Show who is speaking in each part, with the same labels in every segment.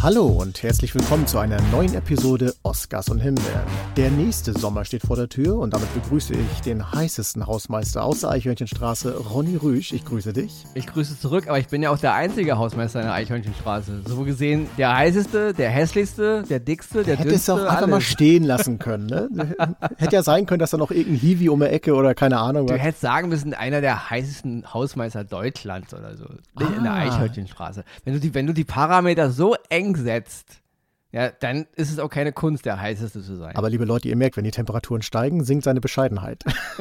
Speaker 1: Hallo und herzlich willkommen zu einer neuen Episode Oscars und Himbeeren. Der nächste Sommer steht vor der Tür und damit begrüße ich den heißesten Hausmeister aus der Eichhörnchenstraße, Ronny Rüsch. Ich grüße dich.
Speaker 2: Ich grüße zurück, aber ich bin ja auch der einzige Hausmeister in der Eichhörnchenstraße. So gesehen der heißeste, der hässlichste, der dickste, der dünnste,
Speaker 1: hätte es auch einfach mal stehen lassen können, ne? Hätte ja sein können, dass da noch irgendein Hiwi um die Ecke oder keine Ahnung.
Speaker 2: Du hättest sagen müssen, einer der heißesten Hausmeister Deutschlands oder so. Nicht in der Eichhörnchenstraße. Wenn du die Parameter so eng setzt, ja, dann ist es auch keine Kunst, der heißeste zu sein.
Speaker 1: Aber liebe Leute, ihr merkt, wenn die Temperaturen steigen, sinkt seine Bescheidenheit.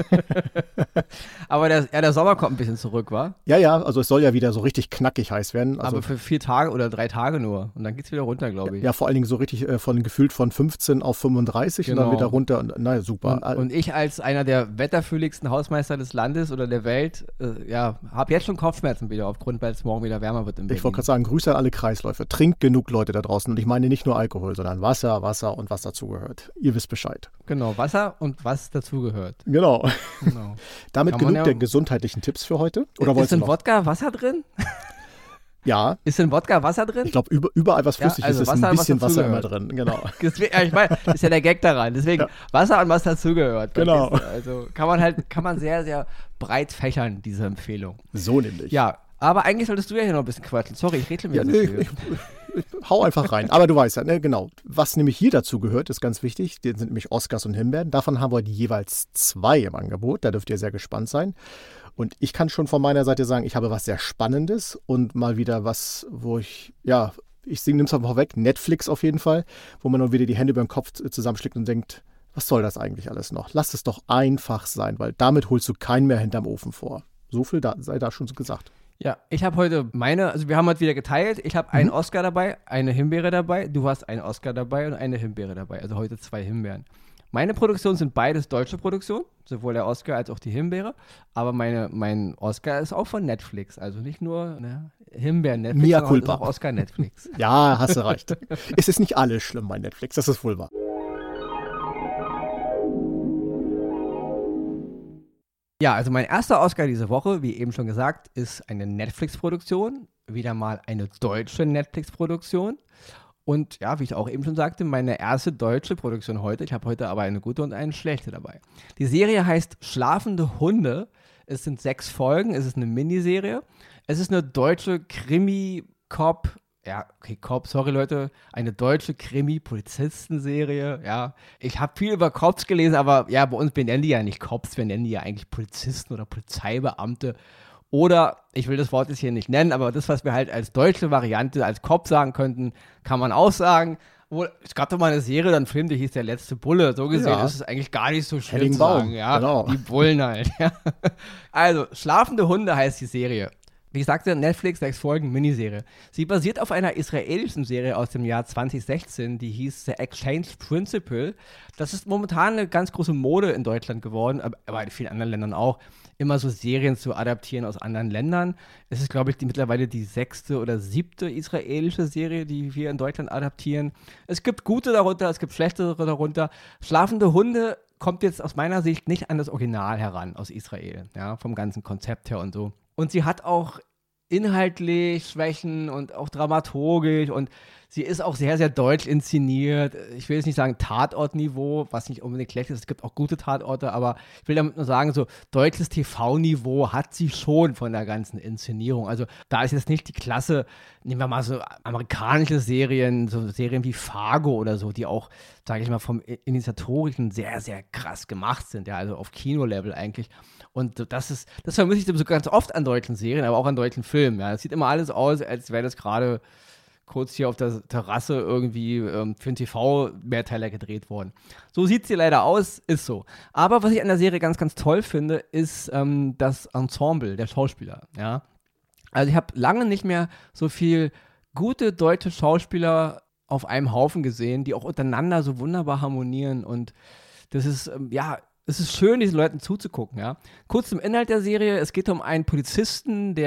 Speaker 2: Aber der Sommer kommt ein bisschen zurück, wa?
Speaker 1: Ja, also es soll ja wieder so richtig knackig heiß werden. Also
Speaker 2: aber für 4 Tage oder 3 Tage nur. Und dann geht's wieder runter, glaube ich.
Speaker 1: Ja, vor allen Dingen so richtig gefühlt von 15 auf 35
Speaker 2: genau.
Speaker 1: Und dann wieder runter. Und, naja, super.
Speaker 2: Und ich als einer der wetterfühligsten Hausmeister des Landes oder der Welt, habe jetzt schon Kopfschmerzen wieder aufgrund, weil es morgen wieder wärmer wird in Berlin.
Speaker 1: Ich wollte gerade sagen, Grüße an alle Kreisläufe. Trinkt genug, Leute da draußen. Und ich meine nicht nur Alkohol, sondern Wasser und was dazugehört. Ihr wisst Bescheid.
Speaker 2: Genau, Wasser und was dazugehört.
Speaker 1: Genau. Damit genug der gesundheitlichen Tipps für heute. Oder
Speaker 2: ist in Wodka Wasser drin?
Speaker 1: Ja.
Speaker 2: Ist in Wodka Wasser drin?
Speaker 1: Ich glaube, überall was flüssig
Speaker 2: also
Speaker 1: ist ein bisschen Wasser immer drin. Genau.
Speaker 2: Ich meine, ist ja der Gag daran. Deswegen Wasser und was dazugehört.
Speaker 1: Genau.
Speaker 2: Also kann man sehr, sehr breit fächern, diese Empfehlung.
Speaker 1: So nämlich.
Speaker 2: Ja, aber eigentlich solltest du ja hier noch ein bisschen quatschen. Sorry, ich rede mir so viel.
Speaker 1: Ich hau einfach rein. Aber du weißt ja, ne, genau. Was nämlich hier dazu gehört, ist ganz wichtig. Die sind nämlich Oscars und Himbeeren. Davon haben wir jeweils 2 im Angebot. Da dürft ihr sehr gespannt sein. Und ich kann schon von meiner Seite sagen, ich habe was sehr Spannendes und mal wieder was, wo ich nehme es einfach weg, Netflix auf jeden Fall, wo man dann wieder die Hände über den Kopf zusammenschlägt und denkt, was soll das eigentlich alles noch? Lass es doch einfach sein, weil damit holst du keinen mehr hinterm Ofen vor. So viel sei da schon gesagt.
Speaker 2: Ja, ich habe heute wir haben heute wieder geteilt. Ich habe einen Oscar dabei, eine Himbeere dabei. Du hast einen Oscar dabei und eine Himbeere dabei. Also heute 2 Himbeeren. Meine Produktionen sind beides deutsche Produktionen, sowohl der Oscar als auch die Himbeere. Aber mein Oscar ist auch von Netflix. Also nicht nur Himbeeren Netflix,
Speaker 1: Mea
Speaker 2: sondern
Speaker 1: culpa.
Speaker 2: auch Oscar Netflix.
Speaker 1: Ja, hast du recht. Es ist nicht alles schlimm bei Netflix, das ist wohl wahr.
Speaker 2: Ja, also mein erster Oscar diese Woche, wie eben schon gesagt, ist eine Netflix-Produktion. Wieder mal eine deutsche Netflix-Produktion. Und ja, wie ich auch eben schon sagte, meine erste deutsche Produktion heute. Ich habe heute aber eine gute und eine schlechte dabei. Die Serie heißt Schlafende Hunde. Es sind 6 Folgen, es ist eine Miniserie. Es ist eine deutsche Krimi-Cop, sorry Leute, eine deutsche Krimi-Polizistenserie, ja. Ich habe viel über Cops gelesen, aber ja, bei uns benennen die ja nicht Cops, wir nennen die ja eigentlich Polizisten oder Polizeibeamte. Oder, ich will das Wort jetzt hier nicht nennen, aber das, was wir halt als deutsche Variante, als Cop sagen könnten, kann man auch sagen. Es gab doch mal eine Serie, dann ein Film, der hieß Der letzte Bulle. So gesehen ist es eigentlich gar nicht so schlimm zu sagen. Ja,
Speaker 1: genau.
Speaker 2: Die Bullen halt. Ja. Also, Schlafende Hunde heißt die Serie. Wie sagte Netflix, 6 Folgen, Miniserie. Sie basiert auf einer israelischen Serie aus dem Jahr 2016, die hieß The Exchange Principle. Das ist momentan eine ganz große Mode in Deutschland geworden, aber in vielen anderen Ländern auch, immer so Serien zu adaptieren aus anderen Ländern. Es ist, glaube ich, mittlerweile die 6. oder 7. israelische Serie, die wir in Deutschland adaptieren. Es gibt gute darunter, es gibt schlechtere darunter. Schlafende Hunde kommt jetzt aus meiner Sicht nicht an das Original heran aus Israel, ja, vom ganzen Konzept her und so. Und sie hat auch inhaltlich Schwächen und auch dramaturgisch und sie ist auch sehr, sehr deutsch inszeniert. Ich will jetzt nicht sagen Tatortniveau, was nicht unbedingt schlecht ist. Es gibt auch gute Tatorte, aber ich will damit nur sagen, so deutsches TV-Niveau hat sie schon von der ganzen Inszenierung. Also da ist jetzt nicht die Klasse, nehmen wir mal so amerikanische Serien, so Serien wie Fargo oder so, die auch, sage ich mal, vom Initiatorischen sehr, sehr krass gemacht sind, ja, also auf Kinolevel eigentlich. Und das vermisse ich so ganz oft an deutschen Serien, aber auch an deutschen Filmen. Ja. Es sieht immer alles aus, als wäre das gerade kurz hier auf der Terrasse irgendwie für einen TV-Mehrteiler gedreht worden. So sieht sie leider aus, ist so. Aber was ich an der Serie ganz, ganz toll finde, ist das Ensemble der Schauspieler. Ja. Also ich habe lange nicht mehr so viel gute deutsche Schauspieler auf einem Haufen gesehen, die auch untereinander so wunderbar harmonieren und das ist, es ist schön, diesen Leuten zuzugucken, ja. Kurz zum Inhalt der Serie. Es geht um einen Polizisten,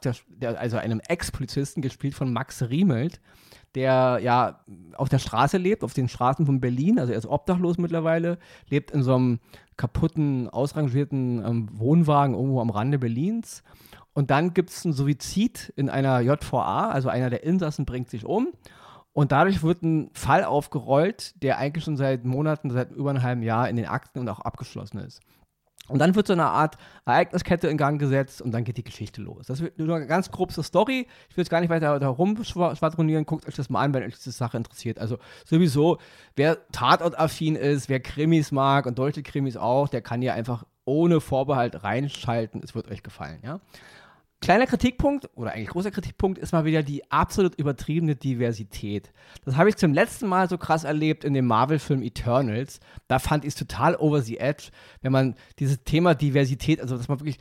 Speaker 2: also einem Ex-Polizisten, gespielt von Max Riemelt, der ja auf der Straße lebt, auf den Straßen von Berlin. Also er ist obdachlos mittlerweile, lebt in so einem kaputten, ausrangierten Wohnwagen irgendwo am Rande Berlins. Und dann gibt es einen Suizid in einer JVA, also einer der Insassen bringt sich um. Und dadurch wird ein Fall aufgerollt, der eigentlich schon seit Monaten, seit über einem halben Jahr in den Akten und auch abgeschlossen ist. Und dann wird so eine Art Ereigniskette in Gang gesetzt und dann geht die Geschichte los. Das wird nur ganz grob zur Story. Ich will jetzt gar nicht weiter da rumschwadronieren. Guckt euch das mal an, wenn euch diese Sache interessiert. Also sowieso, wer Tatort-affin ist, wer Krimis mag und deutsche Krimis auch, der kann hier einfach ohne Vorbehalt reinschalten. Es wird euch gefallen, ja. Kleiner Kritikpunkt, oder eigentlich großer Kritikpunkt, ist mal wieder die absolut übertriebene Diversität. Das habe ich zum letzten Mal so krass erlebt in dem Marvel-Film Eternals. Da fand ich es total over the edge, wenn man dieses Thema Diversität, also dass man wirklich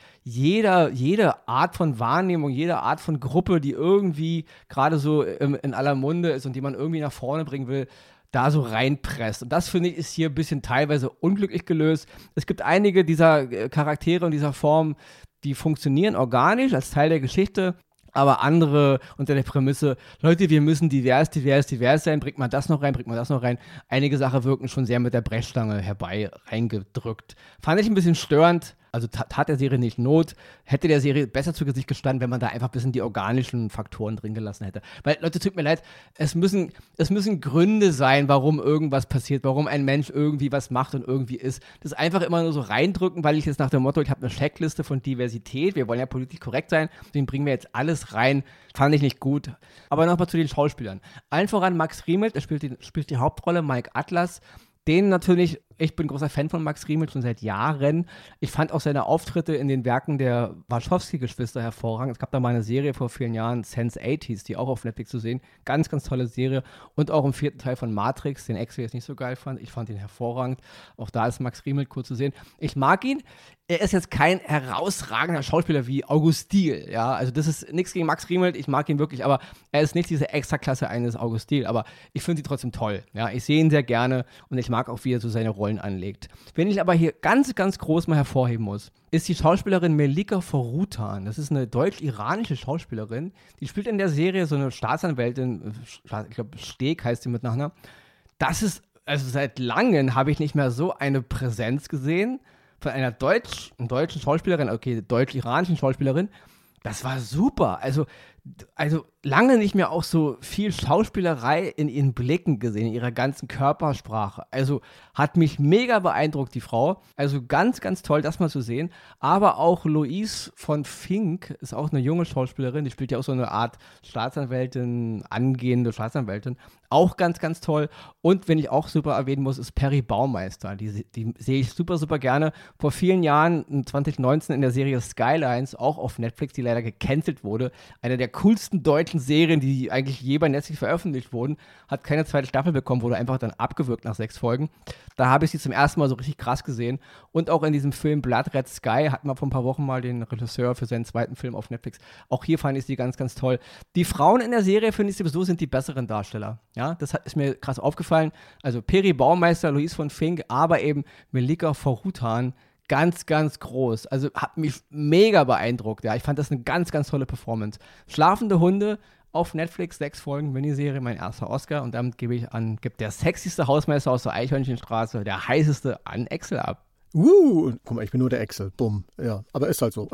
Speaker 2: jede Art von Wahrnehmung, jede Art von Gruppe, die irgendwie gerade so in aller Munde ist und die man irgendwie nach vorne bringen will, da so reinpresst. Und das, finde ich, ist hier ein bisschen teilweise unglücklich gelöst. Es gibt einige dieser Charaktere und dieser Form, die funktionieren organisch als Teil der Geschichte, aber andere unter der Prämisse, Leute, wir müssen divers sein, bringt man das noch rein. Einige Sachen wirken schon sehr mit der Brechstange reingedrückt. Fand ich ein bisschen störend. Also tat der Serie nicht Not, hätte der Serie besser zu Gesicht gestanden, wenn man da einfach ein bisschen die organischen Faktoren drin gelassen hätte. Weil, Leute, tut mir leid, es müssen Gründe sein, warum irgendwas passiert, warum ein Mensch irgendwie was macht und irgendwie ist. Das einfach immer nur so reindrücken, weil ich jetzt nach dem Motto, ich habe eine Checkliste von Diversität, wir wollen ja politisch korrekt sein, deswegen bringen wir jetzt alles rein, fand ich nicht gut. Aber nochmal zu den Schauspielern. Allen voran Max Riemelt, er spielt die Hauptrolle, Mike Atlas. Den natürlich, ich bin großer Fan von Max Riemelt schon seit Jahren. Ich fand auch seine Auftritte in den Werken der Wachowski-Geschwister hervorragend. Es gab da mal eine Serie vor vielen Jahren, Sense8 hieß die, auch auf Netflix zu sehen. Ganz, ganz tolle Serie. Und auch im 4. Teil von Matrix, den Axel jetzt nicht so geil fand. Ich fand ihn hervorragend. Auch da ist Max Riemelt cool zu sehen. Ich mag ihn. Er ist jetzt kein herausragender Schauspieler wie August Diehl, ja, also das ist nichts gegen Max Riemelt, ich mag ihn wirklich, aber er ist nicht diese Extraklasse eines August Diehl, aber ich finde ihn trotzdem toll, ja, ich sehe ihn sehr gerne und ich mag auch, wie er so seine Rollen anlegt. Wen ich aber hier ganz, ganz groß mal hervorheben muss, ist die Schauspielerin Melika Foroutan. Das ist eine deutsch-iranische Schauspielerin, die spielt in der Serie so eine Staatsanwältin, ich glaube Steg heißt sie mit Nachnamen. Das ist, also seit langem habe ich nicht mehr so eine Präsenz gesehen, von einer deutschen Schauspielerin, okay, deutsch-iranischen Schauspielerin, das war super. Also lange nicht mehr auch so viel Schauspielerei in ihren Blicken gesehen, in ihrer ganzen Körpersprache. Also hat mich mega beeindruckt, die Frau. Also ganz, ganz toll, das mal zu sehen. Aber auch Louise von Fink ist auch eine junge Schauspielerin, die spielt ja auch so eine Art Staatsanwältin, angehende Staatsanwältin. Auch ganz, ganz toll. Und wenn ich auch super erwähnen muss, ist Perry Baumeister. Die sehe ich super, super gerne. Vor vielen Jahren, 2019, in der Serie Skylines, auch auf Netflix, die leider gecancelt wurde. Eine der coolsten deutschen Serien, die eigentlich je bei Netflix veröffentlicht wurden. Hat keine zweite Staffel bekommen, wurde einfach dann abgewürgt nach 6 Folgen. Da habe ich sie zum ersten Mal so richtig krass gesehen. Und auch in diesem Film Blood Red Sky hatten wir vor ein paar Wochen mal den Regisseur für seinen zweiten Film auf Netflix. Auch hier fand ich sie ganz, ganz toll. Die Frauen in der Serie, finde ich sowieso, sind die besseren Darsteller. Ja, das ist mir krass aufgefallen. Also Peri Baumeister, Louise von Fink, aber eben Melika Foroutan, ganz, ganz groß. Also hat mich mega beeindruckt. Ja, ich fand das eine ganz, ganz tolle Performance. Schlafende Hunde auf Netflix, 6 Folgen, Miniserie, mein erster Oscar. Und damit gibt der sexyste Hausmeister aus der Eichhörnchenstraße, der heißeste, an Axel ab.
Speaker 1: Guck mal, ich bin nur der Axel. Bumm. Ja, aber ist halt so.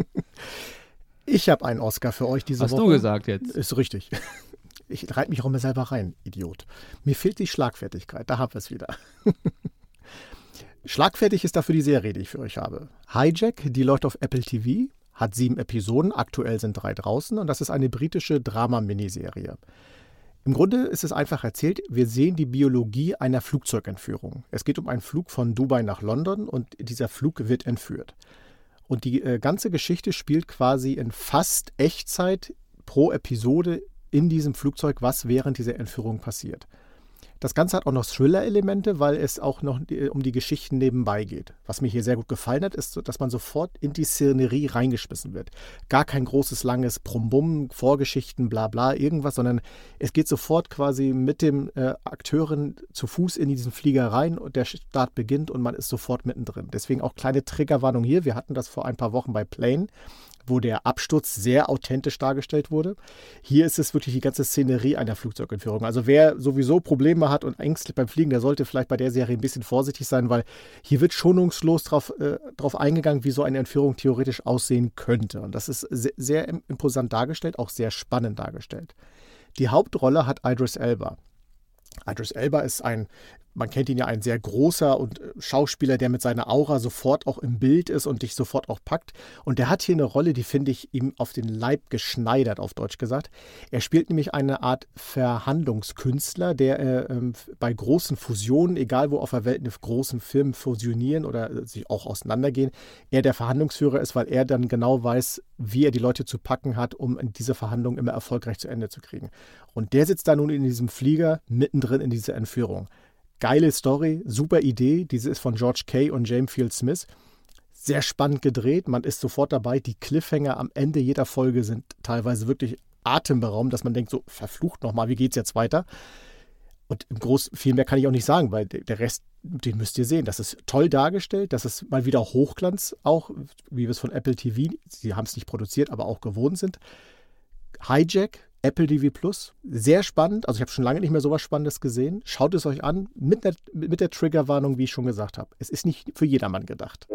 Speaker 1: Ich habe einen Oscar für euch diese Woche.
Speaker 2: Hast du gesagt jetzt?
Speaker 1: Ist richtig. Ich reite mich auch immer selber rein, Idiot. Mir fehlt die Schlagfertigkeit, da haben wir es wieder. Schlagfertig ist dafür die Serie, die ich für euch habe. Hijack, die läuft auf Apple TV, hat 7 Episoden, aktuell sind 3 draußen und das ist eine britische Drama-Miniserie. Im Grunde ist es einfach erzählt, wir sehen die Biologie einer Flugzeugentführung. Es geht um einen Flug von Dubai nach London und dieser Flug wird entführt. Und die ganze Geschichte spielt quasi in fast Echtzeit pro Episode in diesem Flugzeug, was während dieser Entführung passiert. Das Ganze hat auch noch Thriller-Elemente, weil es auch noch um die Geschichten nebenbei geht. Was mir hier sehr gut gefallen hat, ist, dass man sofort in die Szenerie reingeschmissen wird. Gar kein großes, langes Brumm-Bumm, Vorgeschichten, bla bla, irgendwas, sondern es geht sofort quasi mit dem Akteuren zu Fuß in diesen Flieger rein und der Start beginnt und man ist sofort mittendrin. Deswegen auch kleine Triggerwarnung hier. Wir hatten das vor ein paar Wochen bei Plane, wo der Absturz sehr authentisch dargestellt wurde. Hier ist es wirklich die ganze Szenerie einer Flugzeugentführung. Also wer sowieso Probleme hat und ängstlich beim Fliegen, der sollte vielleicht bei der Serie ein bisschen vorsichtig sein, weil hier wird schonungslos drauf eingegangen, wie so eine Entführung theoretisch aussehen könnte. Und das ist sehr imposant dargestellt, auch sehr spannend dargestellt. Die Hauptrolle hat Idris Elba. Idris Elba ist man kennt ihn ja, ein sehr großer und Schauspieler, der mit seiner Aura sofort auch im Bild ist und dich sofort auch packt. Und der hat hier eine Rolle, die finde ich ihm auf den Leib geschneidert, auf Deutsch gesagt. Er spielt nämlich eine Art Verhandlungskünstler, der bei großen Fusionen, egal wo auf der Welt eine großen Firmen fusionieren oder sich auch auseinandergehen, er der Verhandlungsführer ist, weil er dann genau weiß, wie er die Leute zu packen hat, um diese Verhandlungen immer erfolgreich zu Ende zu kriegen. Und der sitzt da nun in diesem Flieger mittendrin in dieser Entführung. Geile Story, super Idee. Diese ist von George Kay und James Field Smith. Sehr spannend gedreht, man ist sofort dabei. Die Cliffhanger am Ende jeder Folge sind teilweise wirklich atemberaubend, dass man denkt, so verflucht nochmal, wie geht's jetzt weiter? Und im Großen, viel mehr kann ich auch nicht sagen, weil der Rest, den müsst ihr sehen. Das ist toll dargestellt, das ist mal wieder Hochglanz, auch wie wir es von Apple TV, sie haben es nicht produziert, aber auch gewohnt sind. Hijack, Apple TV Plus, sehr spannend. Also ich habe schon lange nicht mehr sowas Spannendes gesehen. Schaut es euch an, mit der Triggerwarnung, wie ich schon gesagt habe. Es ist nicht für jedermann gedacht.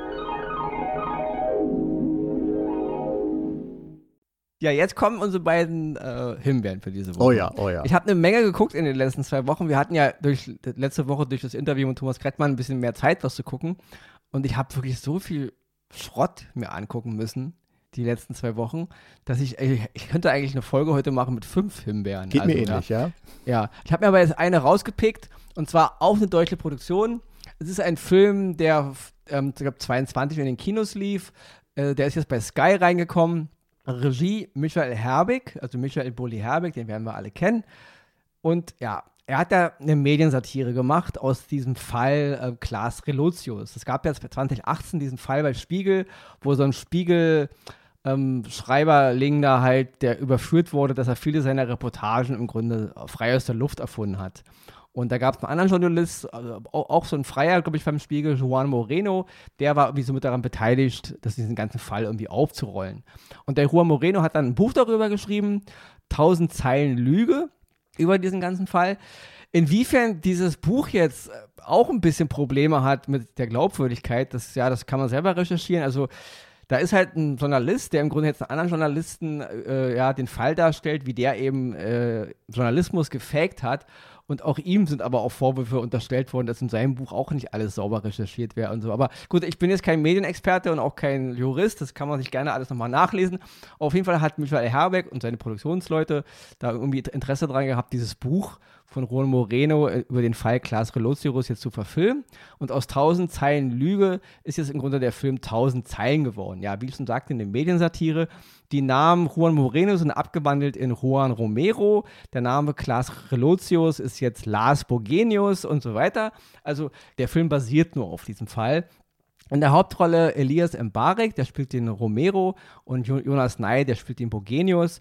Speaker 2: Ja, jetzt kommen unsere beiden Himbeeren für diese Woche.
Speaker 1: Oh ja, oh ja.
Speaker 2: Ich habe eine Menge geguckt in den letzten 2 Wochen. Wir hatten ja letzte Woche durch das Interview mit Thomas Krettmann ein bisschen mehr Zeit, was zu gucken. Und ich habe wirklich so viel Schrott mir angucken müssen, die letzten 2 Wochen, dass ich könnte eigentlich eine Folge heute machen mit 5 Himbeeren.
Speaker 1: Geht mir ähnlich, ja.
Speaker 2: Ja, ich habe mir aber jetzt eine rausgepickt, und zwar auch eine deutsche Produktion. Es ist ein Film, der, ich glaube, 22 in den Kinos lief. Der ist jetzt bei Sky reingekommen. Regie Michael Herbig, also Michael Bulli-Herbig, den werden wir alle kennen. Und ja, er hat da eine Mediensatire gemacht aus diesem Fall Klaas Relotius. Es gab ja 2018 diesen Fall bei Spiegel, wo so ein Schreiberling da halt, der überführt wurde, dass er viele seiner Reportagen im Grunde frei aus der Luft erfunden hat. Und da gab es einen anderen Journalist, auch so ein Freier, glaube ich, beim Spiegel, Juan Moreno, der war irgendwie so mit daran beteiligt, diesen ganzen Fall irgendwie aufzurollen. Und der Juan Moreno hat dann ein Buch darüber geschrieben, 1000 Zeilen Lüge über diesen ganzen Fall. Inwiefern dieses Buch jetzt auch ein bisschen Probleme hat mit der Glaubwürdigkeit, das kann man selber recherchieren. Also da ist halt ein Journalist, der im Grunde jetzt einen anderen Journalisten den Fall darstellt, wie der eben Journalismus gefaked hat. Und auch ihm sind aber auch Vorwürfe unterstellt worden, dass in seinem Buch auch nicht alles sauber recherchiert wäre und so. Aber gut, ich bin jetzt kein Medienexperte und auch kein Jurist, das kann man sich gerne alles nochmal nachlesen. Auf jeden Fall hat Michael Herbeck und seine Produktionsleute da irgendwie Interesse dran gehabt, dieses Buch von Juan Moreno über den Fall Klaas Relotius jetzt zu verfilmen. Und aus 1000 Zeilen Lüge ist jetzt im Grunde der Film 1000 Zeilen geworden. Ja, wie ich schon sagte, eine Mediensatire. Die Namen Juan Moreno sind abgewandelt in Juan Romero. Der Name Klaas Relotius ist jetzt Lars Borgenius und so weiter. Also der Film basiert nur auf diesem Fall. In der Hauptrolle Elias Mbarek, der spielt den Romero, und Jonas Ney, der spielt den Borgenius.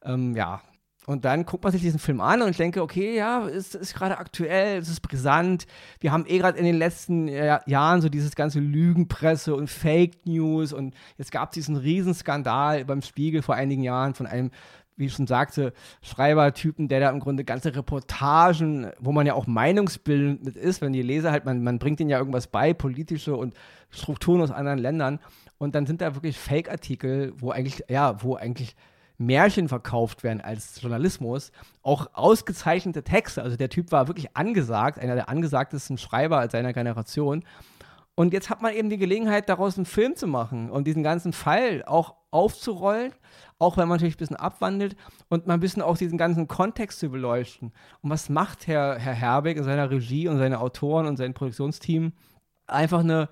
Speaker 2: Und dann guckt man sich diesen Film an und ich denke, okay, ja, es ist gerade aktuell, es ist brisant. Wir haben gerade in den letzten Jahren so dieses ganze Lügenpresse und Fake News, und jetzt gab es diesen Riesenskandal beim Spiegel vor einigen Jahren von einem, wie ich schon sagte, Schreibertypen, der da im Grunde ganze Reportagen, wo man ja auch meinungsbildend mit ist, wenn die Leser halt, man bringt ihnen ja irgendwas bei, politische und Strukturen aus anderen Ländern, und dann sind da wirklich Fake-Artikel, wo eigentlich Märchen verkauft werden als Journalismus, auch ausgezeichnete Texte. Also der Typ war wirklich angesagt, einer der angesagtesten Schreiber seiner Generation. Und jetzt hat man eben die Gelegenheit, daraus einen Film zu machen und diesen ganzen Fall auch aufzurollen, auch wenn man natürlich ein bisschen abwandelt, und mal ein bisschen auch diesen ganzen Kontext zu beleuchten. Und was macht Herr Herbeck in seiner Regie und seine Autoren und sein Produktionsteam? Einfach eine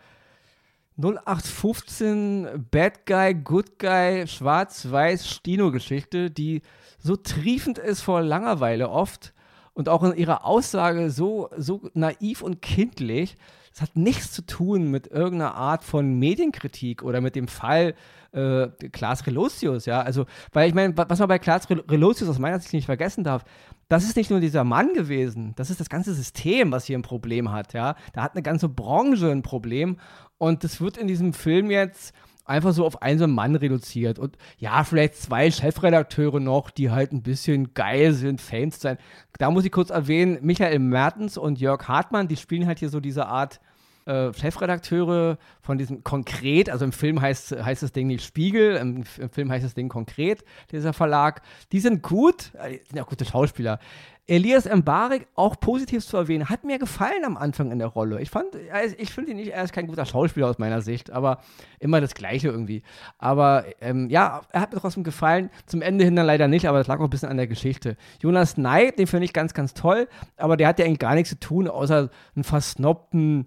Speaker 2: 0815 Bad Guy, Good Guy, schwarz-weiß Stino-Geschichte, die so triefend ist vor Langeweile oft und auch in ihrer Aussage so naiv und kindlich. Das hat nichts zu tun mit irgendeiner Art von Medienkritik oder mit dem Fall Klaas Relotius, ja. Also, weil ich meine, was man bei Klaas Relotius aus meiner Sicht nicht vergessen darf, das ist nicht nur dieser Mann gewesen, das ist das ganze System, was hier ein Problem hat, ja. Da hat eine ganze Branche ein Problem, und das wird in diesem Film jetzt einfach so auf einen so einen Mann reduziert. Und ja, vielleicht 2 Chefredakteure noch, die halt ein bisschen geil sind, famed sein. Da muss ich kurz erwähnen, Michael Mertens und Jörg Hartmann, die spielen halt hier so diese Art Chefredakteure von diesem Konkret, also im Film heißt das Ding nicht Spiegel, im Film heißt das Ding Konkret, dieser Verlag, die sind gut, sind auch gute Schauspieler. Elias Mbarek, auch positiv zu erwähnen, hat mir gefallen am Anfang in der Rolle. Ich finde ihn nicht, er ist kein guter Schauspieler aus meiner Sicht, aber immer das Gleiche irgendwie. Aber er hat mir trotzdem gefallen. Zum Ende hin dann leider nicht, aber das lag auch ein bisschen an der Geschichte. Jonas Knight, den finde ich ganz, ganz toll, aber der hat ja eigentlich gar nichts zu tun, außer einen versnobten,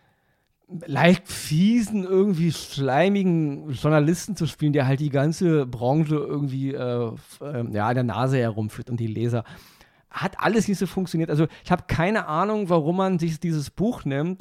Speaker 2: leicht fiesen, irgendwie schleimigen Journalisten zu spielen, der halt die ganze Branche irgendwie an der Nase herumführt und die Leser. Hat alles nicht so funktioniert. Also ich habe keine Ahnung, warum man sich dieses Buch nimmt,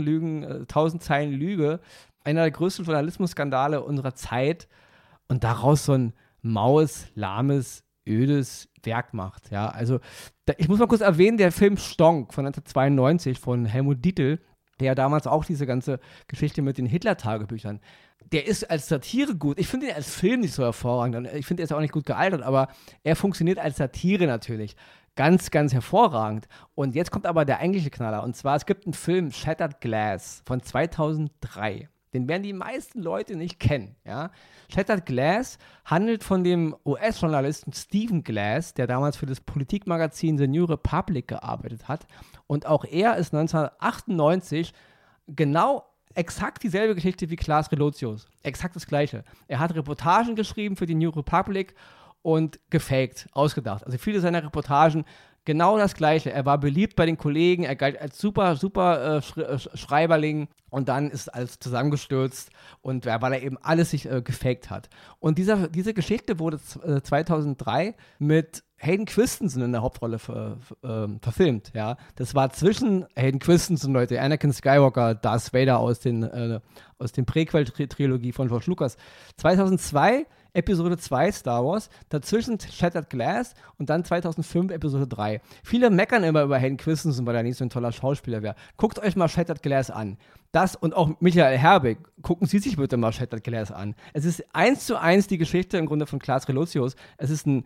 Speaker 2: 1000 Zeilen Lüge, einer der größten Journalismusskandale unserer Zeit, und daraus so ein maues, lahmes, ödes Werk macht. Ja, also ich muss mal kurz erwähnen, der Film Stonk von 1992 von Helmut Dietl, der ja damals auch diese ganze Geschichte mit den Hitler-Tagebüchern, der ist als Satire gut. Ich finde ihn als Film nicht so hervorragend und ich finde, er ist auch nicht gut gealtert, aber er funktioniert als Satire natürlich. Ganz, ganz hervorragend. Und jetzt kommt aber der eigentliche Knaller. Und zwar, es gibt einen Film, Shattered Glass, von 2003. Den werden die meisten Leute nicht kennen. Ja? Shattered Glass handelt von dem US-Journalisten Stephen Glass, der damals für das Politikmagazin The New Republic gearbeitet hat. Und auch er ist 1998 genau exakt dieselbe Geschichte wie Klaas Relotius. Exakt das Gleiche. Er hat Reportagen geschrieben für die New Republic und gefaked, ausgedacht. Also viele seiner Reportagen genau das Gleiche. Er war beliebt bei den Kollegen, er galt als super Schreiberling und dann ist alles zusammengestürzt und weil er eben alles sich gefaked hat. Und diese Geschichte wurde 2003 mit Hayden Christensen in der Hauptrolle verfilmt. Ja? Das war zwischen Hayden Christensen, Leute, Anakin Skywalker, Darth Vader aus den Prequel-Trilogie von George Lucas. 2002 Episode 2 Star Wars, dazwischen Shattered Glass und dann 2005 Episode 3. Viele meckern immer über Hayden Christensen, weil er nicht so ein toller Schauspieler wäre. Guckt euch mal Shattered Glass an. Das und auch Michael Herbig, gucken Sie sich bitte mal Shattered Glass an. Es ist 1:1 die Geschichte im Grunde von Klaas Relotius. Es ist ein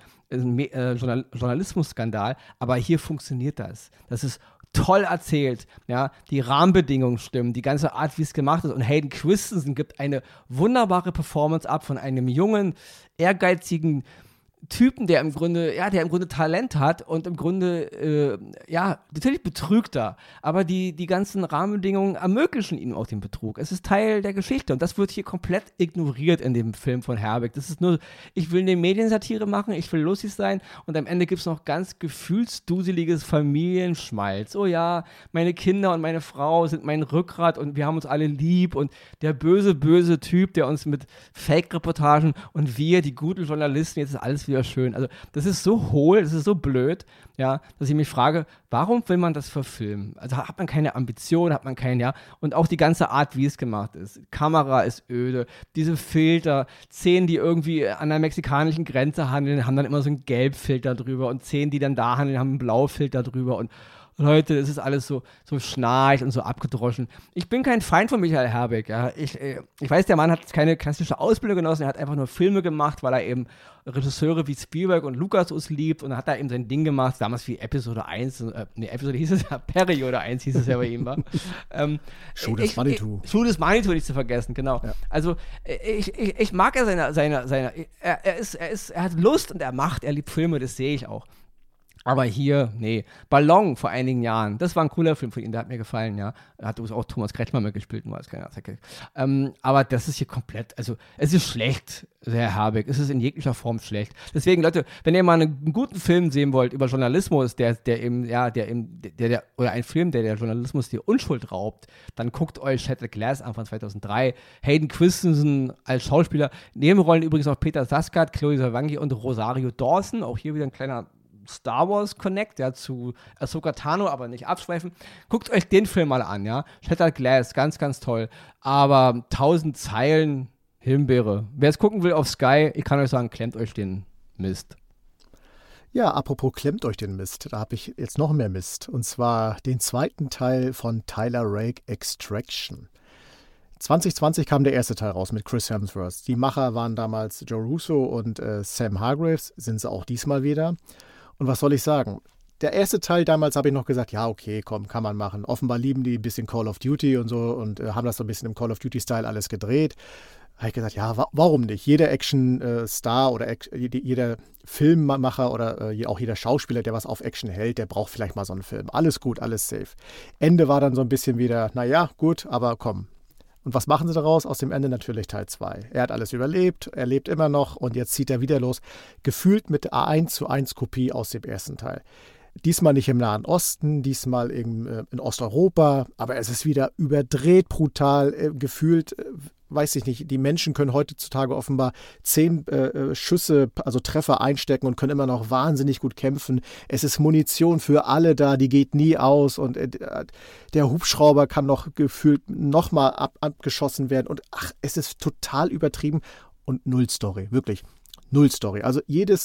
Speaker 2: Journalismusskandal, aber hier funktioniert das. Das ist toll erzählt, ja, die Rahmenbedingungen stimmen, die ganze Art, wie es gemacht ist, und Hayden Christensen gibt eine wunderbare Performance ab von einem jungen, ehrgeizigen Typen, der im Grunde Talent hat und im Grunde, natürlich betrügt er, aber die ganzen Rahmenbedingungen ermöglichen ihm auch den Betrug. Es ist Teil der Geschichte und das wird hier komplett ignoriert in dem Film von Herbig. Das ist nur, ich will eine Mediensatire machen, ich will lustig sein und am Ende gibt es noch ganz gefühlsduseliges Familienschmalz. Oh ja, meine Kinder und meine Frau sind mein Rückgrat und wir haben uns alle lieb und der böse Typ, der uns mit Fake-Reportagen und wir, die guten Journalisten, jetzt ist alles wieder schön. Also das ist so hohl, das ist so blöd, ja, dass ich mich frage, warum will man das verfilmen? Also hat man keine Ambition, hat man keinen, und auch die ganze Art, wie es gemacht ist. Kamera ist öde, diese Filter, Szenen, die irgendwie an der mexikanischen Grenze handeln, haben dann immer so einen Gelbfilter drüber und Szenen, die dann da handeln, haben einen Blaufilter drüber und Leute, es ist alles so schnarch und so abgedroschen. Ich bin kein Feind von Michael Herbig. Ja. Ich weiß, der Mann hat keine klassische Ausbildung genossen, er hat einfach nur Filme gemacht, weil er eben Regisseure wie Spielberg und Lucas liebt und dann hat er eben sein Ding gemacht, damals wie Episode 1, Episode hieß es ja, Periode 1 hieß es ja bei ihm, war.
Speaker 1: Show des Manitou.
Speaker 2: Show des Manitou nicht zu vergessen, genau. Ja. Also ich mag er er hat Lust und er liebt Filme, das sehe ich auch. Aber hier, nee. Ballon vor einigen Jahren, das war ein cooler Film von ihm, der hat mir gefallen, ja. Da hat auch Thomas Kretschmann mitgespielt, nur als kleiner Zacke. Aber das ist hier komplett, also es ist schlecht, Herr Herbig, es ist in jeglicher Form schlecht. Deswegen, Leute, wenn ihr mal einen guten Film sehen wollt über Journalismus, oder ein Film, der Journalismus die Unschuld raubt, dann guckt euch Shattered Glass an von 2003. Hayden Christensen als Schauspieler, Nebenrollen übrigens auch Peter Sarsgaard, Chloe Sevigny und Rosario Dawson, auch hier wieder ein kleiner Star Wars Connect, ja, zu Ahsoka Tano, aber nicht abschweifen. Guckt euch den Film mal an, ja. Shattered Glass, ganz, ganz toll. Aber 1000 Zeilen Himbeere. Wer es gucken will auf Sky, ich kann euch sagen, klemmt euch den Mist.
Speaker 1: Ja, apropos klemmt euch den Mist, da habe ich jetzt noch mehr Mist. Und zwar den zweiten Teil von Tyler Rake Extraction. 2020 kam der erste Teil raus mit Chris Hemsworth. Die Macher waren damals Joe Russo und Sam Hargraves, sind sie auch diesmal wieder. Und was soll ich sagen? der erste Teil damals habe ich noch gesagt, ja, okay, komm, kann man machen. Offenbar lieben die ein bisschen Call of Duty und so und haben das so ein bisschen im Call of Duty-Style alles gedreht. Habe ich gesagt, ja, warum nicht? Jeder Action-Star oder jeder Filmemacher oder auch jeder Schauspieler, der was auf Action hält, der braucht vielleicht mal so einen Film. Alles gut, alles safe. Ende war dann so ein bisschen wieder, naja, gut, aber komm. Und was machen sie daraus? Aus dem Ende natürlich Teil 2. Er hat alles überlebt, er lebt immer noch und jetzt zieht er wieder los. Gefühlt mit A1:1 Kopie aus dem ersten Teil. Diesmal nicht im Nahen Osten, diesmal in Osteuropa, aber es ist wieder überdreht, brutal, gefühlt, weiß ich nicht, die Menschen können heutzutage offenbar 10 Schüsse, also Treffer einstecken und können immer noch wahnsinnig gut kämpfen. Es ist Munition für alle da, die geht nie aus und der Hubschrauber kann noch gefühlt nochmal abgeschossen werden und es ist total übertrieben und null Story, wirklich null Story. Also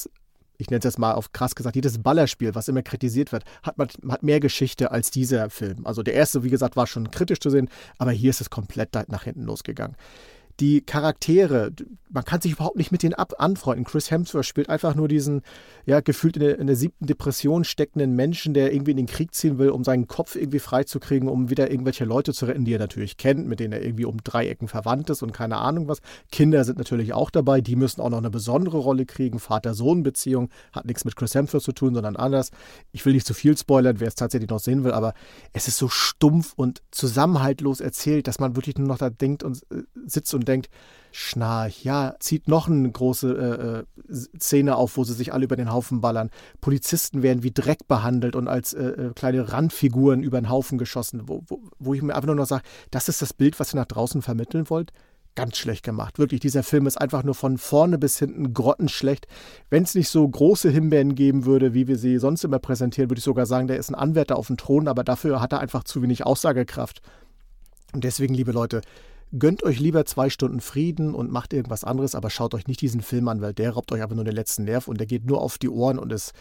Speaker 1: ich nenne es jetzt mal auf krass gesagt, jedes Ballerspiel, was immer kritisiert wird, hat mehr Geschichte als dieser Film. Also der erste, wie gesagt, war schon kritisch zu sehen, aber hier ist es komplett nach hinten losgegangen. Die Charaktere, man kann sich überhaupt nicht mit denen anfreunden. Chris Hemsworth spielt einfach nur diesen, ja, gefühlt in der 7. Depression steckenden Menschen, der irgendwie in den Krieg ziehen will, um seinen Kopf irgendwie freizukriegen, um wieder irgendwelche Leute zu retten, die er natürlich kennt, mit denen er irgendwie um 3 Ecken verwandt ist und keine Ahnung was. Kinder sind natürlich auch dabei, die müssen auch noch eine besondere Rolle kriegen. Vater-Sohn-Beziehung hat nichts mit Chris Hemsworth zu tun, sondern anders. Ich will nicht zu viel spoilern, wer es tatsächlich noch sehen will, aber es ist so stumpf und zusammenhaltlos erzählt, dass man wirklich nur noch da denkt und sitzt und denkt, Schnarch, ja, zieht noch eine große Szene auf, wo sie sich alle über den Haufen ballern. Polizisten werden wie Dreck behandelt und als kleine Randfiguren über den Haufen geschossen, wo ich mir einfach nur noch sage, das ist das Bild, was ihr nach draußen vermitteln wollt. Ganz schlecht gemacht. Wirklich, dieser Film ist einfach nur von vorne bis hinten grottenschlecht. Wenn es nicht so große Himbeeren geben würde, wie wir sie sonst immer präsentieren, würde ich sogar sagen, der ist ein Anwärter auf den Thron, aber dafür hat er einfach zu wenig Aussagekraft. Und deswegen, liebe Leute, gönnt euch lieber 2 Stunden Frieden und macht irgendwas anderes, aber schaut euch nicht diesen Film an, weil der raubt euch einfach nur den letzten Nerv und der geht nur auf die Ohren und ist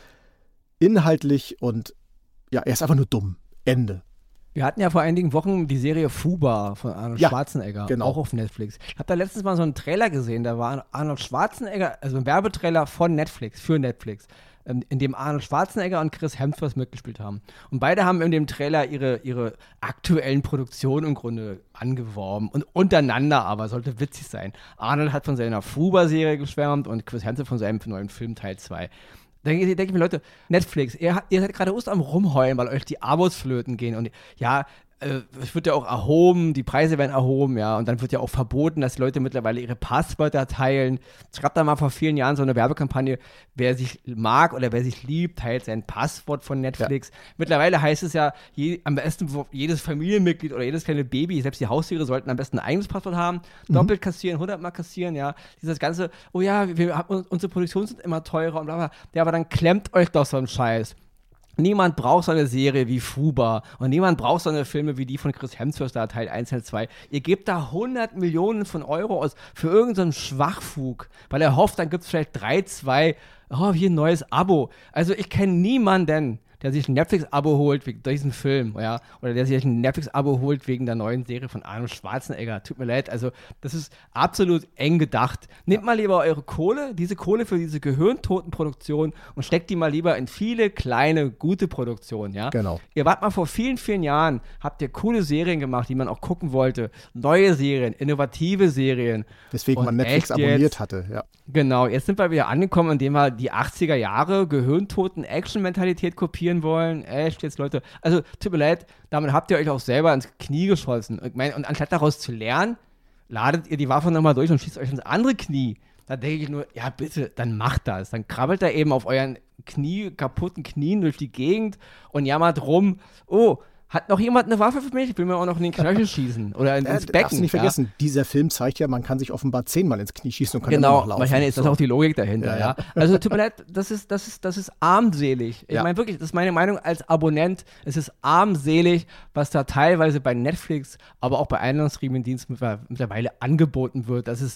Speaker 1: inhaltlich und ja, er ist einfach nur dumm. Ende.
Speaker 2: Wir hatten ja vor einigen Wochen die Serie Fuba von Arnold Schwarzenegger,
Speaker 1: genau.
Speaker 2: Auch auf Netflix. Ich habe da letztens mal so einen Trailer gesehen, da war Arnold Schwarzenegger, also ein Werbetrailer von Netflix, für Netflix, in dem Arnold Schwarzenegger und Chris Hemsworth mitgespielt haben. Und beide haben in dem Trailer ihre aktuellen Produktionen im Grunde angeworben und untereinander, aber sollte witzig sein. Arnold hat von seiner Fuba-Serie geschwärmt und Chris Hemsworth von seinem neuen Film Teil 2. Da denke ich mir, Leute, Netflix, ihr seid gerade am Rumheulen, weil euch die Abos flöten gehen. Und ja, es wird ja auch erhoben, die Preise werden erhoben, ja. Und dann wird ja auch verboten, dass die Leute mittlerweile ihre Passwörter teilen. Es gab da mal vor vielen Jahren so eine Werbekampagne, wer sich mag oder wer sich liebt, teilt sein Passwort von Netflix. Ja. Mittlerweile heißt es ja, am besten jedes Familienmitglied oder jedes kleine Baby, selbst die Haustiere sollten am besten ein eigenes Passwort haben, doppelt kassieren, 100-mal kassieren, ja. Dieses ganze, oh ja, unsere Produktionen sind immer teurer und bla bla. Ja, aber dann klemmt euch doch so einen Scheiß. Niemand braucht so eine Serie wie Fuba und niemand braucht so eine Filme wie die von Chris Hemsworth, da Teil 1, Teil 2. Ihr gebt da 100 Millionen von Euro aus für irgendeinen Schwachfug, weil er hofft, dann gibt es vielleicht 3, 2, hier ein neues Abo. Also ich kenne niemanden, der sich ein Netflix-Abo holt wegen diesem Film, ja, oder der sich ein Netflix-Abo holt wegen der neuen Serie von Arnold Schwarzenegger. Tut mir leid, also das ist absolut eng gedacht. Nehmt mal lieber eure Kohle, diese Kohle für diese gehirntoten Produktionen und steckt die mal lieber in viele kleine, gute Produktionen, ja.
Speaker 1: Genau.
Speaker 2: Ihr wart mal vor vielen, vielen Jahren, habt ihr coole Serien gemacht, die man auch gucken wollte. Neue Serien, innovative Serien.
Speaker 1: Deswegen man Netflix abonniert hatte, ja.
Speaker 2: Genau, jetzt sind wir wieder angekommen, indem wir die 80er Jahre gehirntoten Action-Mentalität kopieren wollen. Echt jetzt, Leute. Also, tut mir leid, damit habt ihr euch auch selber ins Knie geschossen. Ich meine, und anstatt daraus zu lernen, ladet ihr die Waffe nochmal durch und schießt euch ins andere Knie. Da denke ich nur, ja bitte, dann macht das. Dann krabbelt er eben auf euren kaputten Knien durch die Gegend und jammert rum, oh, hat noch jemand eine Waffe für mich? Ich will mir auch noch in den Knöchel schießen oder ins Becken.
Speaker 1: Darfst du nicht vergessen, dieser Film zeigt ja, man kann sich offenbar 10-mal ins Knie schießen und kann
Speaker 2: immer
Speaker 1: noch laufen.
Speaker 2: Wahrscheinlich ist das auch die Logik dahinter, ja. Also tut mir leid, das ist armselig. Ich meine wirklich, das ist meine Meinung als Abonnent, es ist armselig, was da teilweise bei Netflix, aber auch bei anderen Streaming-Diensten mittlerweile angeboten wird. Das ist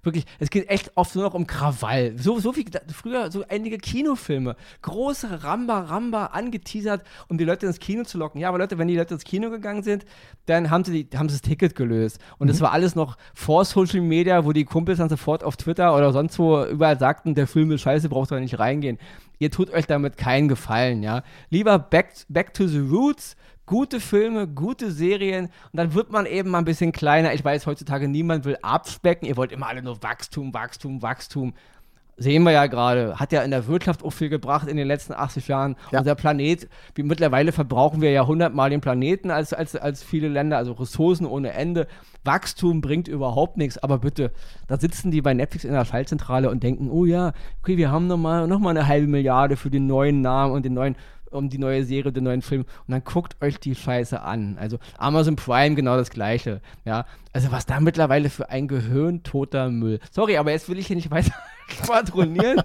Speaker 2: Wirklich, es geht echt oft nur noch um Krawall. So wie früher so einige Kinofilme. Große Ramba angeteasert, um die Leute ins Kino zu locken. Ja, aber Leute, wenn die Leute ins Kino gegangen sind, dann haben sie das Ticket gelöst. Und das war alles noch vor Social Media, wo die Kumpels dann sofort auf Twitter oder sonst wo überall sagten, der Film ist scheiße, braucht doch nicht reingehen. Ihr tut euch damit keinen Gefallen, ja. Lieber back to the roots, gute Filme, gute Serien und dann wird man eben mal ein bisschen kleiner. Ich weiß, heutzutage niemand will abspecken. Ihr wollt immer alle nur Wachstum. Sehen wir ja gerade. Hat ja in der Wirtschaft auch viel gebracht in den letzten 80 Jahren. Ja. Unser Planet, mittlerweile verbrauchen wir ja 100-mal den Planeten als viele Länder, also Ressourcen ohne Ende. Wachstum bringt überhaupt nichts. Aber bitte, da sitzen die bei Netflix in der Schaltzentrale und denken, oh ja, okay, wir haben noch mal eine halbe Milliarde für den neuen Namen und um die neue Serie, den neuen Film. Und dann guckt euch die Scheiße an. Also Amazon Prime genau das Gleiche. Ja, also was da mittlerweile für ein gehirntoter Müll. Sorry, aber jetzt will ich hier nicht weiter patronieren.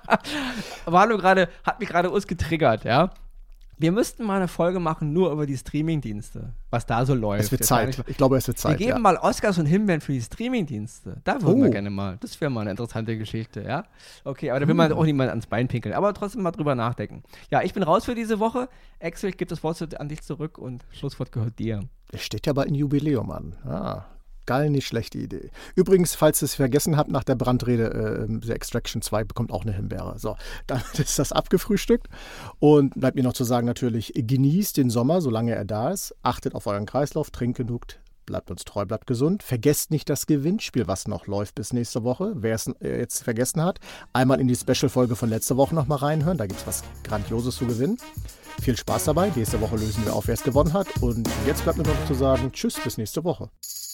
Speaker 2: Hat mich gerade uns getriggert, ja. Wir müssten mal eine Folge machen, nur über die Streamingdienste, was da so läuft.
Speaker 1: Es wird Zeit. Ich glaube, es wird Zeit.
Speaker 2: Wir geben mal Oscars und Himbeeren für die Streamingdienste. Da würden wir gerne mal. Das wäre mal eine interessante Geschichte, ja? Okay, aber da will man auch niemand ans Bein pinkeln. Aber trotzdem mal drüber nachdenken. Ja, ich bin raus für diese Woche. Axel, ich gebe das Wort an dich zurück und Schlusswort gehört dir.
Speaker 1: Es steht ja bald ein Jubiläum an. Geil, nicht schlechte Idee. Übrigens, falls ihr es vergessen habt, nach der Brandrede, The Extraction 2 bekommt auch eine Himbeere. So, damit ist das abgefrühstückt. Und bleibt mir noch zu sagen, natürlich, genießt den Sommer, solange er da ist. Achtet auf euren Kreislauf, trinkt genug, bleibt uns treu, bleibt gesund. Vergesst nicht das Gewinnspiel, was noch läuft bis nächste Woche. Wer es jetzt vergessen hat, einmal in die Special-Folge von letzter Woche nochmal reinhören. Da gibt es was Grandioses zu gewinnen. Viel Spaß dabei. Nächste Woche lösen wir auf, wer es gewonnen hat. Und jetzt bleibt mir noch zu sagen, tschüss, bis nächste Woche.